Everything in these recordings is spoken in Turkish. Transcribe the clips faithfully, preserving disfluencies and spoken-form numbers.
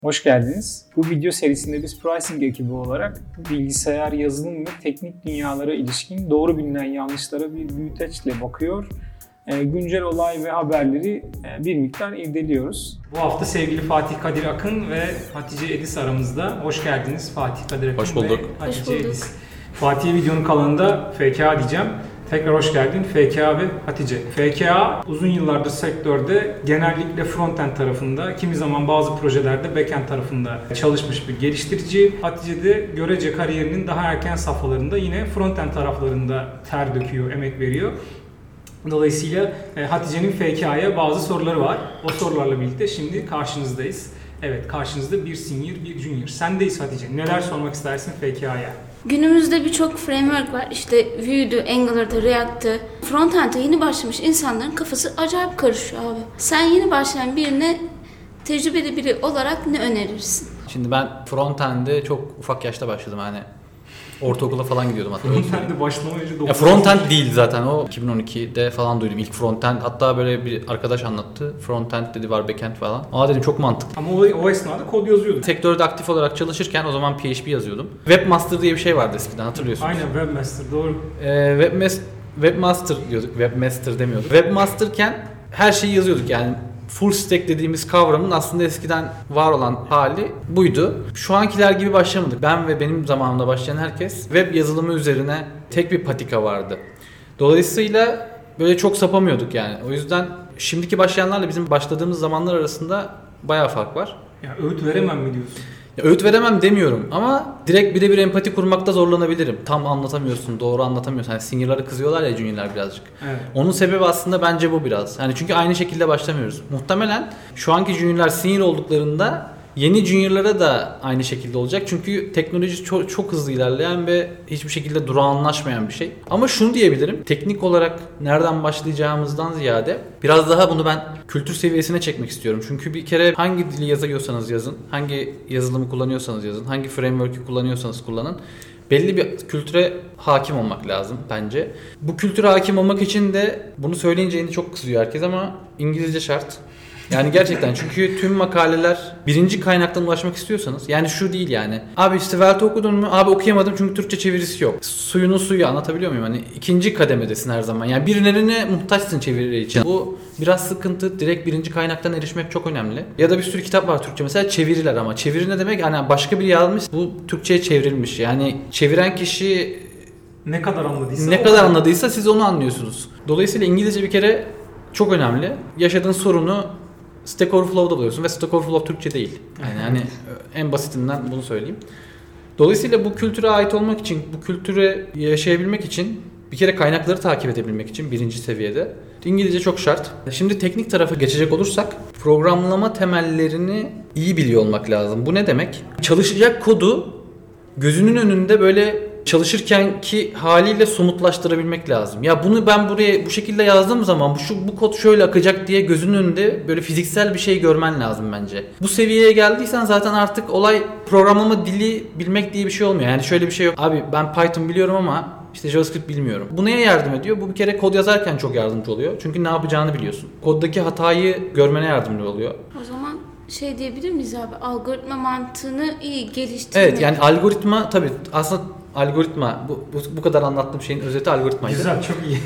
Hoş geldiniz. Bu video serisinde biz pricing ekibi olarak bilgisayar, yazılım ve teknik dünyalara ilişkin doğru bilinen yanlışlara bir büyüteçle bakıyor. Güncel olay ve haberleri bir miktar irdeliyoruz. Bu hafta sevgili Fatih Kadir Akın ve Hatice Edis aramızda. Hoş geldiniz Fatih Kadir Akın hoş bulduk. ve Hatice Edis. Fatih videonun kalanında F K A diyeceğim. Tekrar hoş geldin F K A ve Hatice. F K A uzun yıllardır sektörde genellikle frontend tarafında, kimi zaman bazı projelerde backend tarafında çalışmış bir geliştirici. Hatice de görece kariyerinin daha erken safhalarında yine frontend taraflarında ter döküyor, emek veriyor. Dolayısıyla Hatice'nin F K A'ya bazı soruları var. O sorularla birlikte şimdi karşınızdayız. Evet, karşınızda bir senior, bir junior. Sendeyiz Hatice. Neler sormak istersin F K A'ya? Günümüzde birçok framework var. İşte Vue'du, Angular'da, React'ı. Frontend'e yeni başlamış insanların kafası acayip karışıyor abi. Sen yeni başlayan birine tecrübeli biri olarak ne önerirsin? Şimdi ben frontend'e çok ufak yaşta başladım hani. Ortaokula falan gidiyordum hatta. Frontend'e başlamayınca dokuz. Ya frontend değil zaten o. iki bin on ikide falan duydum ilk frontend. Hatta böyle bir arkadaş anlattı. Frontend dedi var, backend falan. Aa dedim çok mantıklı. Ama o, o esnada kod yazıyordum. Sektörde aktif olarak çalışırken o zaman P H P yazıyordum. Webmaster diye bir şey vardı eskiden, hatırlıyorsunuz. Aynen, Webmaster, doğru. Ee, Webmaster, Webmaster diyorduk. Webmaster demiyorduk. Webmaster'ken her şeyi yazıyorduk yani. Full stack dediğimiz kavramın aslında eskiden var olan hali buydu. Şu ankiler gibi başlamadık. Ben ve benim zamanımda başlayan herkes web yazılımı üzerine tek bir patika vardı. Dolayısıyla böyle çok sapamıyorduk yani. O yüzden şimdiki başlayanlarla bizim başladığımız zamanlar arasında bayağı fark var. Ya öğüt veremem mi diyorsun? Ya öğüt veremem demiyorum ama direkt birebir empati kurmakta zorlanabilirim. Tam anlatamıyorsun, doğru anlatamıyorsun. Yani senior'lara kızıyorlar ya junior'lar birazcık. Evet. Onun sebebi aslında bence bu biraz. Yani çünkü aynı şekilde başlamıyoruz. Muhtemelen şu anki junior'lar senior olduklarında yeni junior'lara da aynı şekilde olacak. Çünkü teknoloji çok, çok hızlı ilerleyen ve hiçbir şekilde durağanlaşmayan bir şey. Ama şunu diyebilirim. Teknik olarak nereden başlayacağımızdan ziyade biraz daha bunu ben kültür seviyesine çekmek istiyorum. Çünkü bir kere hangi dili yazıyorsanız yazın, hangi yazılımı kullanıyorsanız yazın, hangi framework'ü kullanıyorsanız kullanın. Belli bir kültüre hakim olmak lazım bence. Bu kültüre hakim olmak için de bunu söyleyince yine çok kızıyor herkes ama İngilizce şart. Yani gerçekten çünkü tüm makaleler birinci kaynaktan ulaşmak istiyorsanız yani şu değil yani. Abi işte Svelte okudun mu? Abi okuyamadım çünkü Türkçe çevirisi yok. Suyunun suyu, anlatabiliyor muyum? Hani ikinci kademedesin her zaman. Yani birilerine muhtaçsın çeviri için. Bu biraz sıkıntı. Direkt birinci kaynaktan erişmek çok önemli. Ya da bir sürü kitap var Türkçe mesela çeviriler ama. Çeviri ne demek? Hani başka biri yazmış, bu Türkçe'ye çevrilmiş. Yani çeviren kişi ne kadar anladıysa ne kadar anladıysa siz onu anlıyorsunuz. Dolayısıyla İngilizce bir kere çok önemli. Yaşadığın sorunu Stack Overflow'da buluyorsun ve Stack Overflow Türkçe değil. Yani hani en basitinden bunu söyleyeyim. Dolayısıyla bu kültüre ait olmak için, bu kültüre yaşayabilmek için bir kere kaynakları takip edebilmek için birinci seviyede İngilizce çok şart. Şimdi teknik tarafa geçecek olursak programlama temellerini iyi biliyor olmak lazım. Bu ne demek? Çalışacak kodu gözünün önünde böyle çalışırkenki haliyle somutlaştırabilmek lazım. Ya bunu ben buraya bu şekilde yazdığım zaman bu şu bu kod şöyle akacak diye gözünün önünde böyle fiziksel bir şey görmen lazım bence. Bu seviyeye geldiysen zaten artık olay programlama dili bilmek diye bir şey olmuyor. Yani şöyle bir şey yok. Abi ben Python biliyorum ama işte JavaScript bilmiyorum. Bu neye yardım ediyor? Bu bir kere kod yazarken çok yardımcı oluyor. Çünkü ne yapacağını biliyorsun. Koddaki hatayı görmene yardımcı oluyor. O zaman şey diyebilir miyiz abi? Algoritma mantığını iyi geliştirmek. Evet, yani algoritma tabii aslında algoritma bu, bu bu kadar anlattığım şeyin özeti algoritmaydı. Güzel, çok iyi.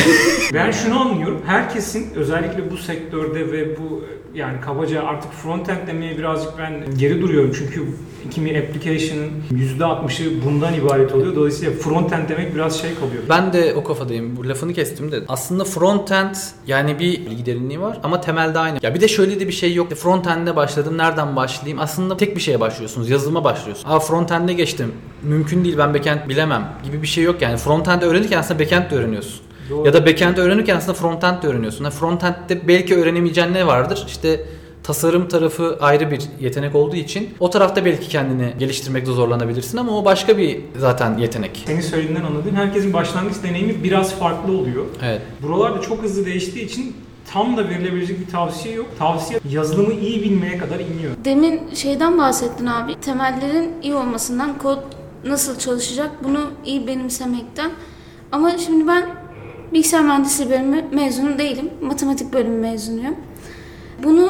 Ben şunu anlıyorum. Herkesin özellikle bu sektörde ve bu yani kabaca artık frontend demeye birazcık ben geri duruyorum. Çünkü kimi application'ın yüzde altmışı bundan ibaret oluyor. Dolayısıyla frontend demek biraz şey kalıyor. Ben de o kafadayım. Bu lafını kestim de. Aslında frontend yani bir bilgi derinliği var ama temelde aynı. Ya bir de şöyle de bir şey yok. Frontend'e başladım. Nereden başlayayım? Aslında tek bir şeye başlıyorsunuz. Yazılıma başlıyorsunuz. Aa frontend'e geçtim. Mümkün değil, ben backend bilemem gibi bir şey yok yani. Frontend öğrenirken aslında backend de öğreniyorsun. Doğru. Ya da backend öğrenirken aslında frontend de öğreniyorsun. Yani frontend'de belki öğrenemeyeceğin ne vardır? İşte tasarım tarafı ayrı bir yetenek olduğu için o tarafta belki kendini geliştirmekte zorlanabilirsin ama o başka bir zaten yetenek. Senin söylediğinden anladığım herkesin başlangıç deneyimi biraz farklı oluyor. Evet. Buralarda çok hızlı değiştiği için tam da verilebilecek bir tavsiye yok. Tavsiye yazılımı iyi bilmeye kadar iniyor. Demin şeyden bahsettin abi. Temellerin iyi olmasından, kod nasıl çalışacak bunu iyi benimsemekten. Ama şimdi ben bilgisayar mühendisliği bölümü mezunu değilim. Matematik bölümü mezunuyum. Bunu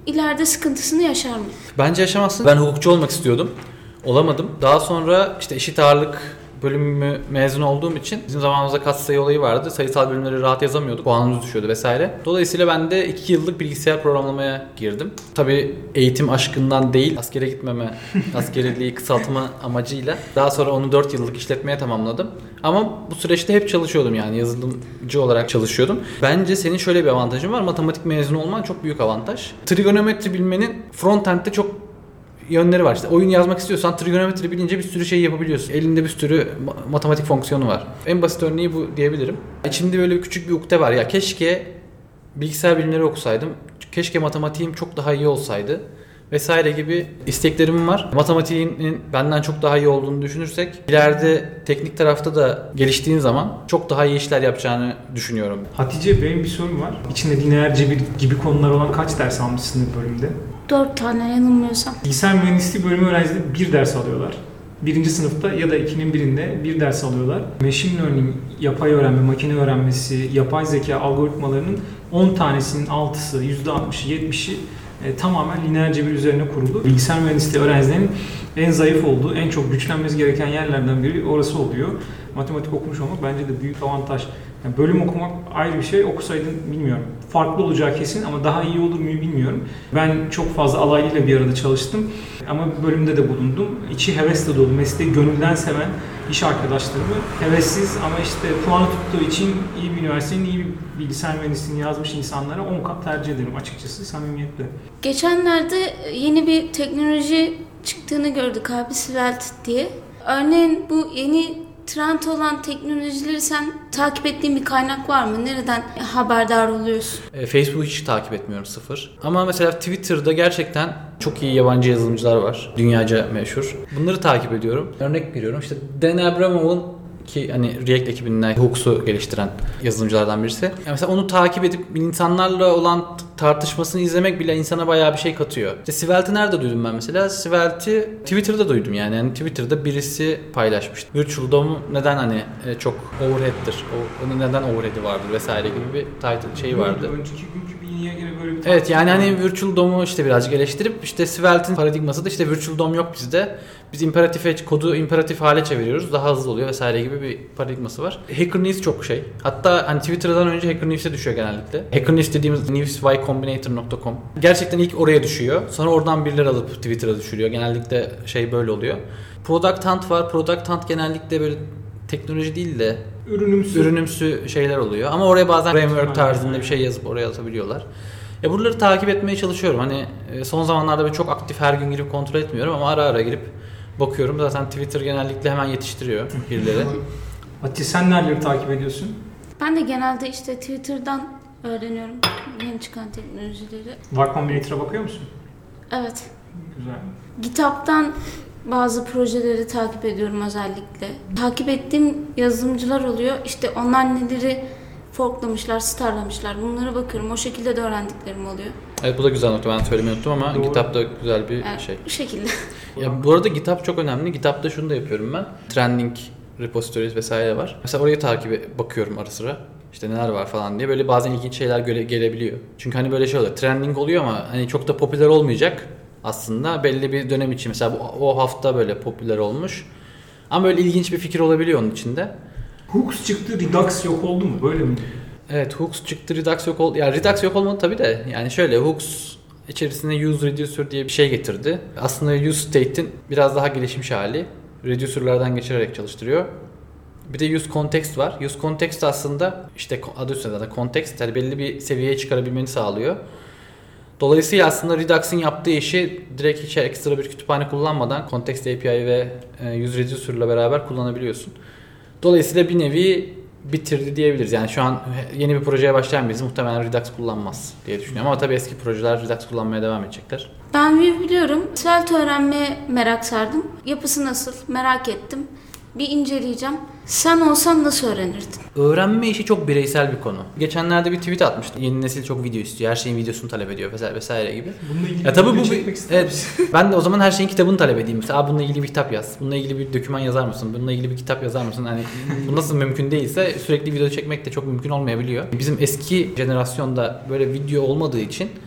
ileride sıkıntısını yaşar mı? Bence yaşamazsın. Ben hukukçu olmak istiyordum. Olamadım. Daha sonra işte eşit ağırlık bölümü mezun olduğum için bizim zamanımızda katsayı olayı vardı. Sayısal bölümleri rahat yazamıyorduk. Puanımız düşüyordu vesaire. Dolayısıyla ben de iki yıllık bilgisayar programlamaya girdim. Tabii eğitim aşkından değil, askere gitmeme, askeriliği kısaltma amacıyla. Daha sonra onu dört yıllık işletmeye tamamladım. Ama bu süreçte hep çalışıyordum, yani yazılımcı olarak çalışıyordum. Bence senin şöyle bir avantajın var. Matematik mezunu olman çok büyük avantaj. Trigonometri bilmenin frontend'de çok yönleri var. İşte oyun yazmak istiyorsan trigonometri bilince bir sürü şey yapabiliyorsun. Elinde bir sürü matematik fonksiyonu var. En basit örneği bu diyebilirim. İçimde böyle bir küçük bir ukde var. Ya keşke bilgisayar bilimleri okusaydım. Keşke matematiğim çok daha iyi olsaydı. Vesaire gibi isteklerim var. Matematiğinin benden çok daha iyi olduğunu düşünürsek ileride teknik tarafta da geliştiğin zaman çok daha iyi işler yapacağını düşünüyorum. Hatice, benim bir sorum var. İçinde lineer cebir gibi konular olan kaç ders almışsın bölümde? Dört tane yanılmıyorsam. Bilgisayar mühendisliği bölümü öğrencileri bir ders alıyorlar. Birinci sınıfta ya da ikinin birinde bir ders alıyorlar. Machine learning, yapay öğrenme, makine öğrenmesi, yapay zeka algoritmalarının on tanesinin altısı, yüzde altmışı, yetmişi e, tamamen lineer cebir üzerine kurulu. Bilgisayar mühendisliği öğrencilerinin en zayıf olduğu, en çok güçlenmesi gereken yerlerden biri orası oluyor. Matematik okumuş olmak bence de büyük avantaj. Yani bölüm okumak ayrı bir şey, okusaydın bilmiyorum. Farklı olacağı kesin ama daha iyi olur mu bilmiyorum. Ben çok fazla alaylıyla bir arada çalıştım ama bölümde de bulundum. İçi hevesle dolu, mesleği gönülden seven iş arkadaşlarımı hevessiz ama işte puanı tuttuğu için iyi bir üniversitenin iyi bir bilgisayar mühendisliğini yazmış insanlara on kat tercih ederim açıkçası, samimiyetle. Geçenlerde yeni bir teknoloji çıktığını gördük abi, Svelte diye. Örneğin bu yeni trend olan teknolojileri sen takip ettiğin bir kaynak var mı? Nereden haberdar oluyorsun? E, Facebook hiç takip etmiyorum, sıfır. Ama mesela Twitter'da gerçekten çok iyi yabancı yazılımcılar var. Dünyaca meşhur. Bunları takip ediyorum. Örnek veriyorum. İşte Dan Abramov'un, ki hani React ekibinden Hooks'u geliştiren yazılımcılardan birisi. Yani mesela onu takip edip insanlarla olan tartışmasını izlemek bile insana bayağı bir şey katıyor. İşte Svelte'i nerede duydum ben mesela? Svelte'i Twitter'da duydum yani. Yani Twitter'da birisi paylaşmıştı. Virtual D O M neden hani çok overhead'tir? O, onun neden overhead'i vardır vesaire gibi bir title şey vardı. Önceki günkü bilgiye göre böyle bir Evet, yani hani Virtual D O M'u işte birazcık eleştirip işte Svelte'in paradigması da işte Virtual D O M yok bizde. Biz imperatif kodu imperatif hale çeviriyoruz. Daha hızlı oluyor vesaire gibi bir paradigması var. Hacker News çok şey. Hatta hani Twitter'dan önce Hacker News'e düşüyor genellikle. Hacker News dediğimiz news y combinator nokta com. Gerçekten ilk oraya düşüyor. Sonra oradan birileri alıp Twitter'a düşürüyor. Genellikle şey böyle oluyor. Product Hunt var. Product Hunt genellikle böyle teknoloji değil de ürünümsü, ürünümsü şeyler oluyor. Ama oraya bazen framework tarzında bir şey yazıp oraya atabiliyorlar. Ya buraları takip etmeye çalışıyorum. Hani son zamanlarda böyle çok aktif her gün girip kontrol etmiyorum ama ara ara girip bakıyorum. Zaten Twitter genellikle hemen yetiştiriyor birileri. Hatice, sen nereleri takip ediyorsun? Ben de genelde işte Twitter'dan öğreniyorum yeni çıkan teknolojileri. Y Combinator'a bakıyor musun? Evet. Güzel. GitHub'dan bazı projeleri takip ediyorum özellikle. Takip ettiğim yazılımcılar oluyor. İşte onlar neleri forklamışlar, starlamışlar. Bunlara bakıyorum. O şekilde de öğrendiklerim oluyor. Evet, bu da güzel nokta. Ben söylemeyi unuttum ama Doğru. GitHub da güzel bir Evet, şey. bu şekilde. Ya bu arada GitHub çok önemli. GitHub'da şunu da yapıyorum ben. Trending repositories vesaire var. Mesela orayı takip bakıyorum ara sıra. İşte neler var falan diye. Böyle bazen ilginç şeyler göre, gelebiliyor. Çünkü hani böyle şey oluyor. Trending oluyor ama hani çok da popüler olmayacak aslında. Belli bir dönem için. Mesela bu, o hafta böyle popüler olmuş. Ama böyle ilginç bir fikir olabiliyor onun içinde. Hooks çıktı, Redux yok oldu mu? Böyle mi? Evet, Hooks çıktı, Redux yok oldu. Yani Redux yok olmadı tabii de. Yani şöyle, Hooks içerisinde Use Reducer diye bir şey getirdi. Aslında Use State'in biraz daha gelişmiş hali. Reducer'lardan geçirerek çalıştırıyor. Bir de Use Context var. Use Context aslında işte adı üstünde de context, yani belli bir seviyeye çıkarabilmeni sağlıyor. Dolayısıyla aslında Redux'in yaptığı işi direkt hiç ekstra bir kütüphane kullanmadan Context A P I ve Use Reducer ile beraber kullanabiliyorsun. Dolayısıyla bir nevi bitirdi diyebiliriz. Yani şu an yeni bir projeye başlayan birisi muhtemelen Redux kullanmaz diye düşünüyorum. Ama tabii eski projeler Redux kullanmaya devam edecekler. Ben Vue biliyorum. Svelte öğrenmeye merak sardım. Yapısı nasıl? Merak ettim. Bir inceleyeceğim. Sen olsan nasıl öğrenirdin? Öğrenme işi çok bireysel bir konu. Geçenlerde bir tweet atmıştım. Yeni nesil çok video istiyor. Her şeyin videosunu talep ediyor vesaire vesaire gibi. Bununla ilgili ya tabii video bu çekmek ister evet, misin? ben de o zaman her şeyin kitabını talep edeyim. Mesela bununla ilgili bir kitap yaz. Bununla ilgili bir doküman yazar mısın? Bununla ilgili bir kitap yazar mısın? Hani bu nasıl mümkün değilse sürekli video çekmek de çok mümkün olmayabiliyor. Bizim eski jenerasyonda böyle video olmadığı için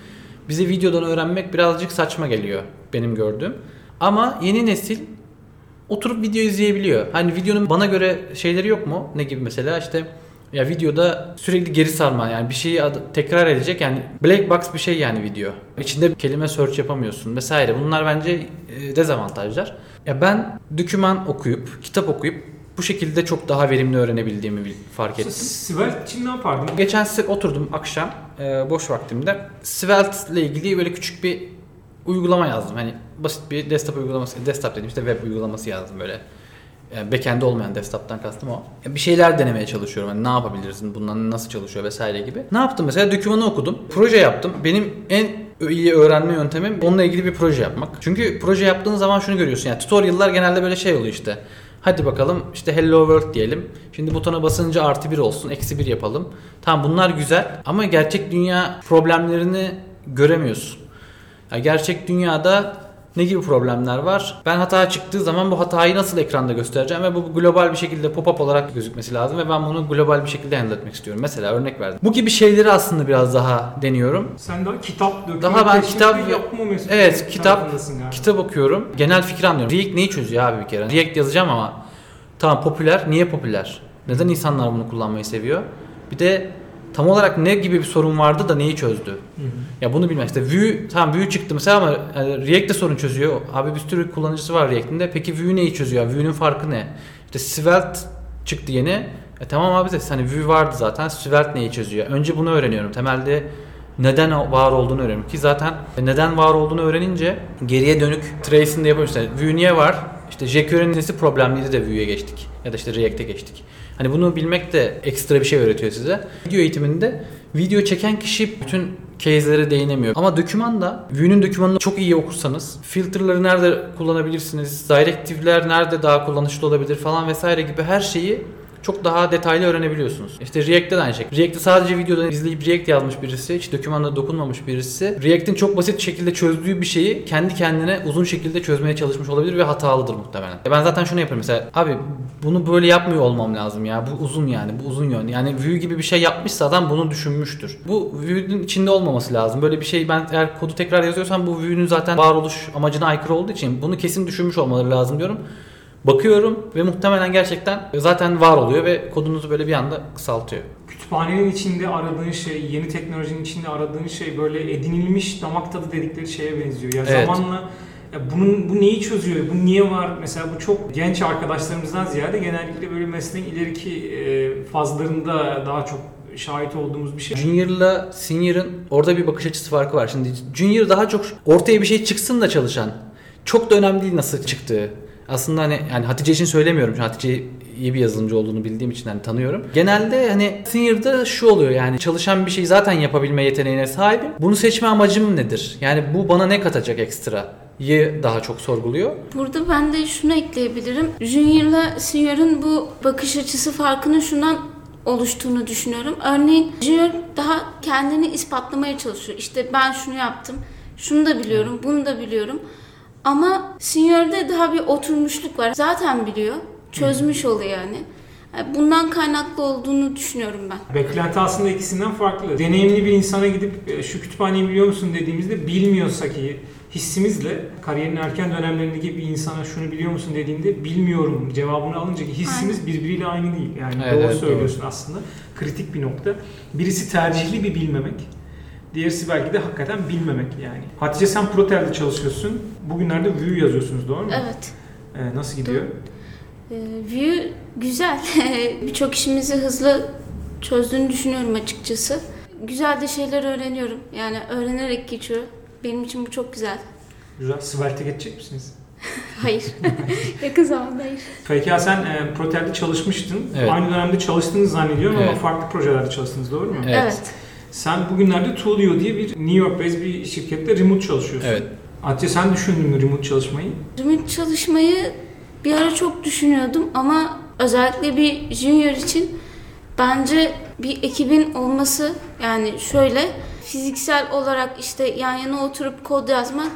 bize videodan öğrenmek birazcık saçma geliyor benim gördüğüm. Ama yeni nesil oturup video izleyebiliyor. Hani videonun bana göre şeyleri yok mu? Ne gibi mesela işte ya videoda sürekli geri sarma, yani bir şeyi ad- tekrar edecek, yani black box bir şey yani video. İçinde kelime search yapamıyorsun vesaire. Bunlar bence e, dezavantajlar. Ya ben doküman okuyup, kitap okuyup bu şekilde çok daha verimli öğrenebildiğimi fark ettim. Svelte için ne yapardın? Geçen se- oturdum akşam e, boş vaktimde Svelte ile ilgili böyle küçük bir uygulama yazdım. Hani basit bir desktop uygulaması, desktop dediğim işte web uygulaması yazdım böyle. Yani backend olmayan, desktop'tan kastım o. Bir şeyler denemeye çalışıyorum. Hani ne yapabiliriz, bundan nasıl çalışıyor vesaire gibi. Ne yaptım mesela? Dokümanı okudum. Proje yaptım. Benim en iyi öğrenme yöntemim onunla ilgili bir proje yapmak. Çünkü proje yaptığın zaman şunu görüyorsun. Yani tutorial'lar genelde böyle şey oluyor işte. Hadi bakalım işte hello world diyelim. Şimdi butona basınca artı bir olsun, eksi bir yapalım. Tamam, bunlar güzel ama gerçek dünya problemlerini göremiyorsun. Yani gerçek dünyada ne gibi problemler var? Ben hata çıktığı zaman bu hatayı nasıl ekranda göstereceğim ve bu global bir şekilde pop-up olarak gözükmesi lazım ve ben bunu global bir şekilde handle etmek istiyorum. Mesela örnek verdim. Bu gibi şeyleri aslında biraz daha deniyorum. Sen daha kitap dökümü, Daha ben kitap yapma mesela. Evet, kitap kitap okuyorum. Genel fikir anlıyorum. React neyi çözüyor abi bir kere? React yazacağım ama tamam popüler. Niye popüler? Neden insanlar bunu kullanmayı seviyor? Bir de tam olarak ne gibi bir sorun vardı da neyi çözdü? Hı hı. Ya bunu bilmek. İşte Vue, tamam Vue çıktı mesela ama yani React de sorun çözüyor. Abi bir sürü kullanıcısı var React'in de. Peki Vue neyi çözüyor? Vue'nun farkı ne? İşte Svelte çıktı yeni. E tamam abi de hani Vue vardı zaten. Svelte neyi çözüyor? Önce bunu öğreniyorum. Temelde neden var olduğunu öğreniyorum. Ki zaten neden var olduğunu öğrenince geriye dönük trace'ini de yapıyoruz. İşte Vue niye var? İşte jQuery'nin nesi problemliydi de Vue'ye geçtik. Ya da işte React'e geçtik. Hani bunu bilmek de ekstra bir şey öğretiyor size. Video eğitiminde video çeken kişi bütün case'lere değinemiyor. Ama dokümanda, Vue'nun dokümanını çok iyi okursanız, filterları nerede kullanabilirsiniz, directive'ler nerede daha kullanışlı olabilir falan vesaire gibi her şeyi çok daha detaylı öğrenebiliyorsunuz. İşte React'te de aynı şey. React'te sadece videodan izleyip React yazmış birisi, hiç dokümanda dokunmamış birisi, React'in çok basit şekilde çözdüğü bir şeyi kendi kendine uzun şekilde çözmeye çalışmış olabilir ve hatalıdır muhtemelen. Ben zaten şunu yapıyorum mesela, abi bunu böyle yapmıyor olmam lazım ya, bu uzun yani, bu uzun yön. Yani Vue gibi bir şey yapmışsa adam bunu düşünmüştür. Bu Vue'nin içinde olmaması lazım. Böyle bir şey, ben eğer kodu tekrar yazıyorsam bu Vue'nin zaten varoluş amacına aykırı olduğu için bunu kesin düşünmüş olmaları lazım diyorum. Bakıyorum ve muhtemelen gerçekten zaten var oluyor ve kodunuzu böyle bir anda kısaltıyor. Kütüphanenin içinde aradığın şey, yeni teknolojinin içinde aradığın şey böyle edinilmiş damak tadı dedikleri şeye benziyor. Ya evet. Zamanla ya bunun bu neyi çözüyor? Bu niye var? Mesela bu çok genç arkadaşlarımızdan ziyade genellikle böyle mesleğin ileriki fazlarında daha çok şahit olduğumuz bir şey. Junior'la Senior'ın orada bir bakış açısı farkı var. Şimdi Junior daha çok ortaya bir şey çıksın da çalışan. Çok da önemli değil nasıl çıktığı. Aslında hani yani Hatice için söylemiyorum. Çünkü Hatice iyi bir yazılımcı olduğunu bildiğim için hani tanıyorum. Genelde hani Senior'da şu oluyor, yani çalışan bir şeyi zaten yapabilme yeteneğine sahibim. Bunu seçme amacım nedir? Yani bu bana ne katacak ekstra? Yi daha çok sorguluyor. Burada ben de şunu ekleyebilirim. Junior'la Senior'ın bu bakış açısı farkının şundan oluştuğunu düşünüyorum. Örneğin Junior daha kendini ispatlamaya çalışıyor. İşte ben şunu yaptım, şunu da biliyorum, bunu da biliyorum. Ama Senior'da daha bir oturmuşluk var. Zaten biliyor, çözmüş oluyor yani. Yani bundan kaynaklı olduğunu düşünüyorum ben. Beklenti aslında ikisinden farklı. Deneyimli bir insana gidip şu kütüphaneyi biliyor musun dediğimizde bilmiyorsa ki hissimizle kariyerin erken dönemlerindeki bir insana şunu biliyor musun dediğinde bilmiyorum cevabını alınca hissimiz Aynen. birbiriyle aynı değil. Yani evet, doğru evet, söylüyorsun doğru. Aslında. Kritik bir nokta. Birisi tercihli bir bilmemek. Diğerisi belki de hakikaten bilmemek yani. Hatice sen Protel'de çalışıyorsun. Bugünlerde Vue yazıyorsunuz, doğru mu? Evet. Ee, nasıl gidiyor? Ee, Vue güzel. Birçok işimizi hızlı çözdüğünü düşünüyorum açıkçası. Güzel de şeyler öğreniyorum. Yani öğrenerek geçiyor. Benim için bu çok güzel. Güzel. Svelte geçecek misiniz? Hayır. Yakın zamanda hayır. Peki ya sen e, Protel'de çalışmıştın. Evet. Aynı dönemde çalıştığınızı zannediyorum evet. ama farklı projelerde çalıştınız, doğru mu? Evet. evet. Sen bugünlerde Toolio diye bir New York based bir şirkette remote çalışıyorsun. Evet. Hatice sen düşündün mü remote çalışmayı? Remote çalışmayı bir ara çok düşünüyordum ama özellikle bir junior için bence bir ekibin olması, yani şöyle fiziksel olarak işte yan yana oturup kod yazmak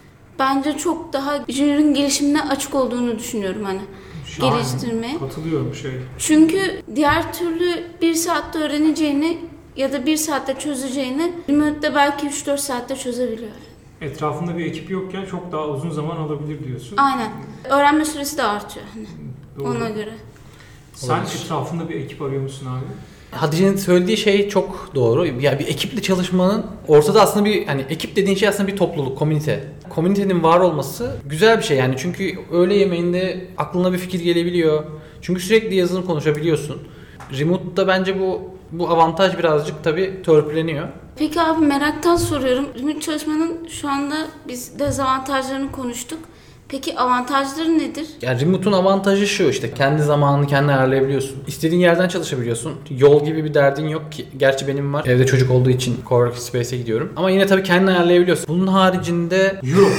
bence çok daha junior'ın gelişimine açık olduğunu düşünüyorum hani. Şahane. Geliştirmeye. Katılıyorum şey. Çünkü diğer türlü bir saatte öğreneceğini ya da bir saatte çözeceğini remote'da belki üç dört saatte çözebiliyor. Etrafında bir ekip yokken çok daha uzun zaman alabilir diyorsun. Aynen. Öğrenme süresi de artıyor hani. Doğru. Ona göre. Sen Olabilir. etrafında bir ekip arıyor musun abi? Hatice'nin söylediği şey çok doğru. Ya bir ekiple çalışmanın ortada aslında bir hani ekip dediğin şey aslında bir topluluk, komünite. Komünitenin var olması güzel bir şey yani çünkü öğle yemeğinde aklına bir fikir gelebiliyor. Çünkü sürekli yazılım konuşabiliyorsun. Remote'da bence bu bu avantaj birazcık tabii törpüleniyor. Peki abi meraktan soruyorum. Remote çalışmanın şu anda biz dezavantajlarını konuştuk. Peki avantajları nedir? Yani remote'un avantajı şu işte kendi zamanını kendine ayarlayabiliyorsun. İstediğin yerden çalışabiliyorsun. Yol gibi bir derdin yok ki. Gerçi benim var. Evde çocuk olduğu için coworking space'e gidiyorum. Ama yine tabii kendini ayarlayabiliyorsun. Bunun haricinde Euro.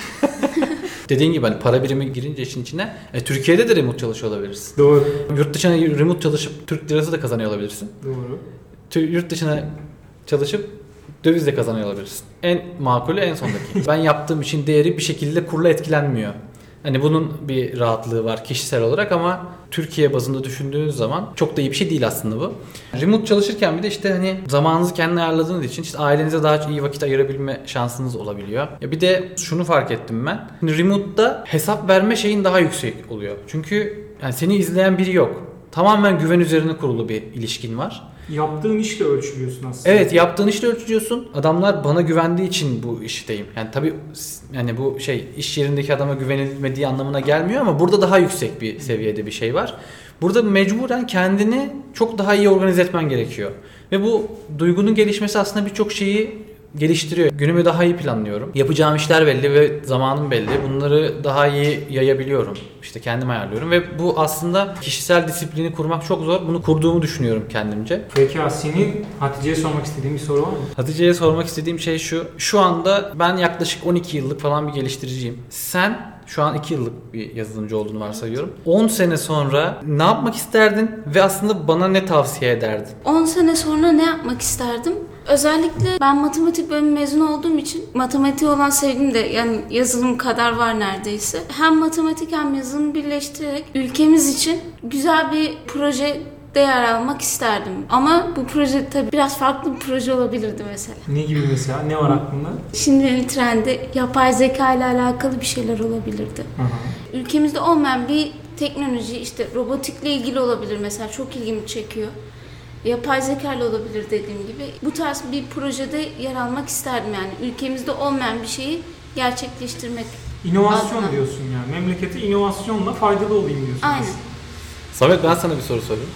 dediğin gibi hani para birimi girince işin içine e, Türkiye'de de remote çalışıyor olabilirsin. Doğru. Yurt dışına remote çalışıp Türk lirası da kazanıyor olabilirsin. Doğru. Tü- Yurt dışına çalışıp döviz de kazanıyor olabilirsin. En makulü en sondaki. Ben yaptığım için değeri bir şekilde kurla etkilenmiyor. Hani bunun bir rahatlığı var kişisel olarak ama Türkiye bazında düşündüğünüz zaman çok da iyi bir şey değil aslında bu. Remote çalışırken bir de işte hani zamanınızı kendine ayarladığınız için işte ailenize daha iyi vakit ayırabilme şansınız olabiliyor. Ya bir de şunu fark ettim ben. Şimdi remote'da hesap verme şeyin daha yüksek oluyor. Çünkü yani seni izleyen biri yok. Tamamen güven üzerine kurulu bir ilişkin var. Yaptığın işle ölçülüyorsun aslında. Evet, yaptığın işle ölçülüyorsun. Adamlar bana güvendiği için bu işteyim. Yani tabii yani bu şey iş yerindeki adama güvenilmediği anlamına gelmiyor ama burada daha yüksek bir seviyede bir şey var. Burada mecburen kendini çok daha iyi organize etmen gerekiyor. Ve bu duygunun gelişmesi aslında birçok şeyi geliştiriyor. Günümü daha iyi planlıyorum. Yapacağım işler belli ve zamanım belli. Bunları daha iyi yayabiliyorum. İşte kendim ayarlıyorum ve bu aslında kişisel disiplini kurmak çok zor. Bunu kurduğumu düşünüyorum kendimce. Peki ya senin Hatice'ye sormak istediğin bir soru var mı? Hatice'ye sormak istediğim şey şu. Şu anda ben yaklaşık on iki yıllık falan bir geliştiriciyim. Sen şu an iki yıllık bir yazılımcı olduğunu varsayıyorum. on sene sonra ne yapmak isterdin ve aslında bana ne tavsiye ederdin? on sene sonra ne yapmak isterdim? Özellikle ben matematik bölümü mezun olduğum için matematiğe olan sevgim de yani yazılım kadar var neredeyse. Hem matematik hem yazılım birleştirerek ülkemiz için güzel bir proje yer almak isterdim. Ama bu proje tabii biraz farklı bir proje olabilirdi mesela. Ne gibi mesela? Ne var aklında? Şimdi trende yapay zeka ile alakalı bir şeyler olabilirdi. Hı hı. Ülkemizde olmayan bir teknoloji işte robotikle ilgili olabilir mesela çok ilgimi çekiyor. Yapay zeka ile olabilir dediğim gibi. Bu tarz bir projede yer almak isterdim yani. Ülkemizde olmayan bir şeyi gerçekleştirmek. İnovasyon adına. diyorsun yani. Memlekete inovasyonla faydalı olayım diyorsun. Aynen. Samet, ben sana bir soru sorayım.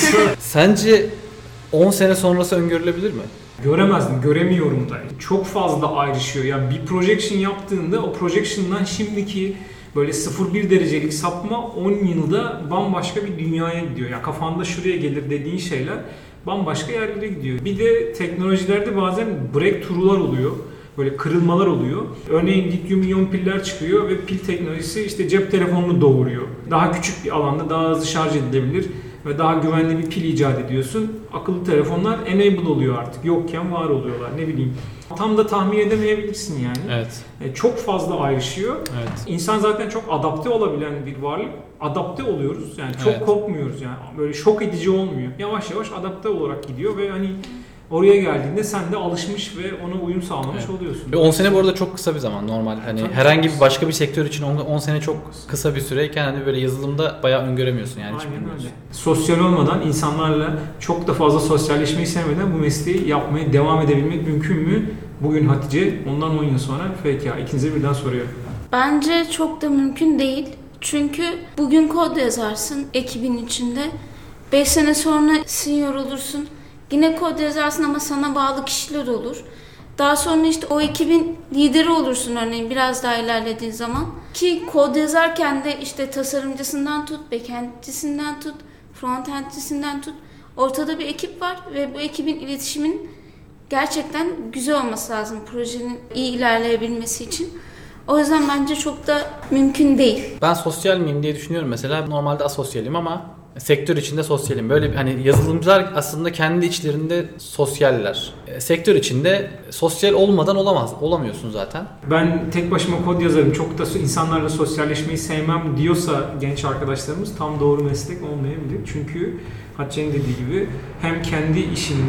Sence on sene sonrası öngörülebilir mi? Göremezdim, göremiyorum da. Çok fazla ayrışıyor. Yani bir projection yaptığında o projection'dan şimdiki böyle sıfır virgül bir derecelik sapma on yılda bambaşka bir dünyaya gidiyor. Yani kafanda şuraya gelir dediğin şeyler bambaşka yerlere gidiyor. Bir de teknolojilerde bazen breakthrough'lar oluyor. Böyle kırılmalar oluyor. Örneğin lityum iyon piller çıkıyor ve pil teknolojisi işte cep telefonunu doğuruyor. Daha küçük bir alanda daha hızlı şarj edilebilir ve daha güvenli bir pil icat ediyorsun. Akıllı telefonlar enable oluyor artık. Yokken var oluyorlar. Ne bileyim. Tam da tahmin edemeyebilirsin yani. Evet. E, Çok fazla ayrışıyor. Evet. İnsan zaten çok adapte olabilen bir varlık. Adapte oluyoruz. Yani çok Evet. korkmuyoruz yani. Böyle şok edici olmuyor. Yavaş yavaş adapte olarak gidiyor ve hani oraya geldiğinde sen de alışmış ve ona uyum sağlamış Evet. oluyorsun. Ve on sene bu arada çok kısa bir zaman normal. Hani Tabii. herhangi bir başka bir sektör için on sene çok kısa bir süreyken hani böyle yazılımda bayağı öngöremiyorsun yani. hiç Aynen bilmiyorsun. öyle. Sosyal olmadan, insanlarla çok da fazla sosyalleşmeyi sevmeden bu mesleği yapmaya devam edebilmek mümkün mü? Bugün Hatice, ondan on yıl sonra F K. İkinize birden soruyorum. Bence çok da mümkün değil. Çünkü bugün kod yazarsın ekibin içinde. beş sene sonra senior olursun. Yine kod yazarsın ama sana bağlı kişiler olur. Daha sonra işte o ekibin lideri olursun örneğin biraz daha ilerlediğin zaman. Ki kod yazarken de işte tasarımcısından tut, backend'cisinden tut, frontend'cisinden tut. Ortada bir ekip var ve bu ekibin iletişimin gerçekten güzel olması lazım projenin iyi ilerleyebilmesi için. O yüzden bence çok da mümkün değil. Ben sosyal miyim diye düşünüyorum mesela. Normalde asosyalim ama sektör içinde sosyalim. Böyle hani yazılımcılar aslında kendi içlerinde sosyaller. E, sektör içinde sosyal olmadan olamaz, olamıyorsun zaten. Ben tek başıma kod yazarım, çok da insanlarla sosyalleşmeyi sevmem diyorsa genç arkadaşlarımız tam doğru meslek olmayabilir. Çünkü Hatice'nin dediği gibi hem kendi işinde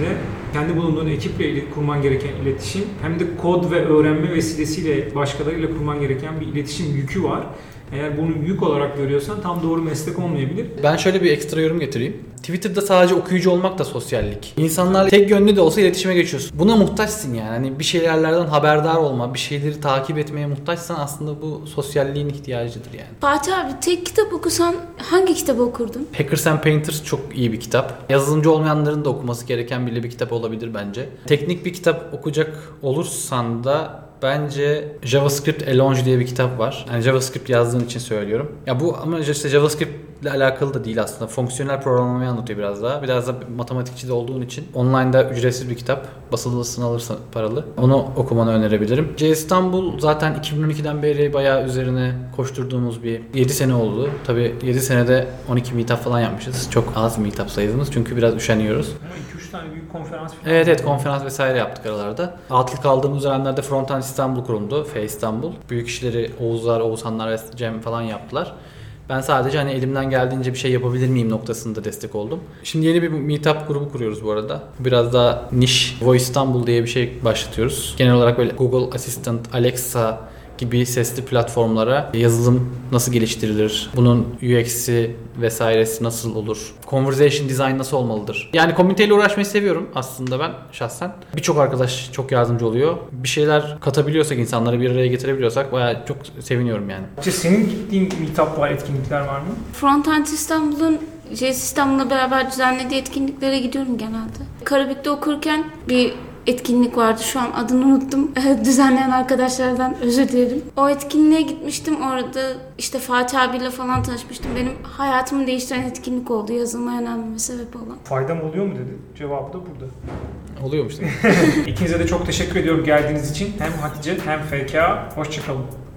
kendi bulunduğun ekiple ile kurman gereken iletişim hem de kod ve öğrenme vesilesiyle başkalarıyla kurman gereken bir iletişim yükü var. Eğer bunu yük olarak görüyorsan tam doğru meslek olmayabilir. Ben şöyle bir ekstra yorum getireyim. Twitter'da sadece okuyucu olmak da sosyallik. İnsanlarla tek yönlü de olsa iletişime geçiyorsun. Buna muhtaçsın yani. Hani bir şeylerden haberdar olma, bir şeyleri takip etmeye muhtaçsan aslında bu sosyalliğin ihtiyacıdır yani. Fatih abi tek kitap okusan hangi kitabı okurdun? Hackers and Painters çok iyi bir kitap. Yazılımcı olmayanların da okuması gereken bile bir kitap olabilir bence. Teknik bir kitap okuyacak olursan da bence JavaScript Elonge diye bir kitap var. Yani JavaScript yazdığın için söylüyorum. Ya bu ama işte JavaScript ile alakalı da değil aslında. Fonksiyonel programlamayı anlatıyor biraz daha. Biraz da matematikçi de olduğun için online'da ücretsiz bir kitap. Basılısını alırsan paralı. Onu okumanı önerebilirim. C İstanbul zaten iki bin on ikiden beri bayağı üzerine koşturduğumuz bir yedi sene oldu. Tabii yedi senede on iki meetup falan yapmışız. Çok az meetup sayımız çünkü biraz üşeniyoruz. Ama iki üç tane büyük konferans falan. Evet evet konferans vesaire yaptık aralarda. Atıl kaldığımız dönemlerde Frontend İstanbul kuruldu. F İstanbul. Büyük işleri Oğuzlar, Oğuzhanlar ve Cem falan yaptılar. Ben sadece hani elimden geldiğince bir şey yapabilir miyim noktasında destek oldum. Şimdi yeni bir meetup grubu kuruyoruz bu arada. Biraz daha niş Voice İstanbul diye bir şey başlatıyoruz. Genel olarak böyle Google Assistant, Alexa gibi sesli platformlara yazılım nasıl geliştirilir? Bunun U X'i vesairesi nasıl olur? Conversation design nasıl olmalıdır? Yani komüniteyle uğraşmayı seviyorum aslında ben şahsen. Birçok arkadaş çok yardımcı oluyor. Bir şeyler katabiliyorsak, insanları bir araya getirebiliyorsak bayağı çok seviniyorum yani. İşte senin gittiğin meetup'lar, etkinlikler var mı? Frontend İstanbul'un J S İstanbul'la beraber düzenlediği etkinliklere gidiyorum genelde. Karabük'te okurken bir etkinlik vardı. Şu an adını unuttum. Düzenleyen arkadaşlardan özür dilerim. O etkinliğe gitmiştim. Orada işte Fatih abiyle falan tanışmıştım. Benim hayatımı değiştiren etkinlik oldu. Yazılıma yönelmeme sebep olan. Faydam oluyor mu dedi. Cevabı da burada. Oluyormuş değil mi? İkinize de çok teşekkür ediyorum geldiğiniz için. Hem Hatice hem F K A. Hoşçakalın.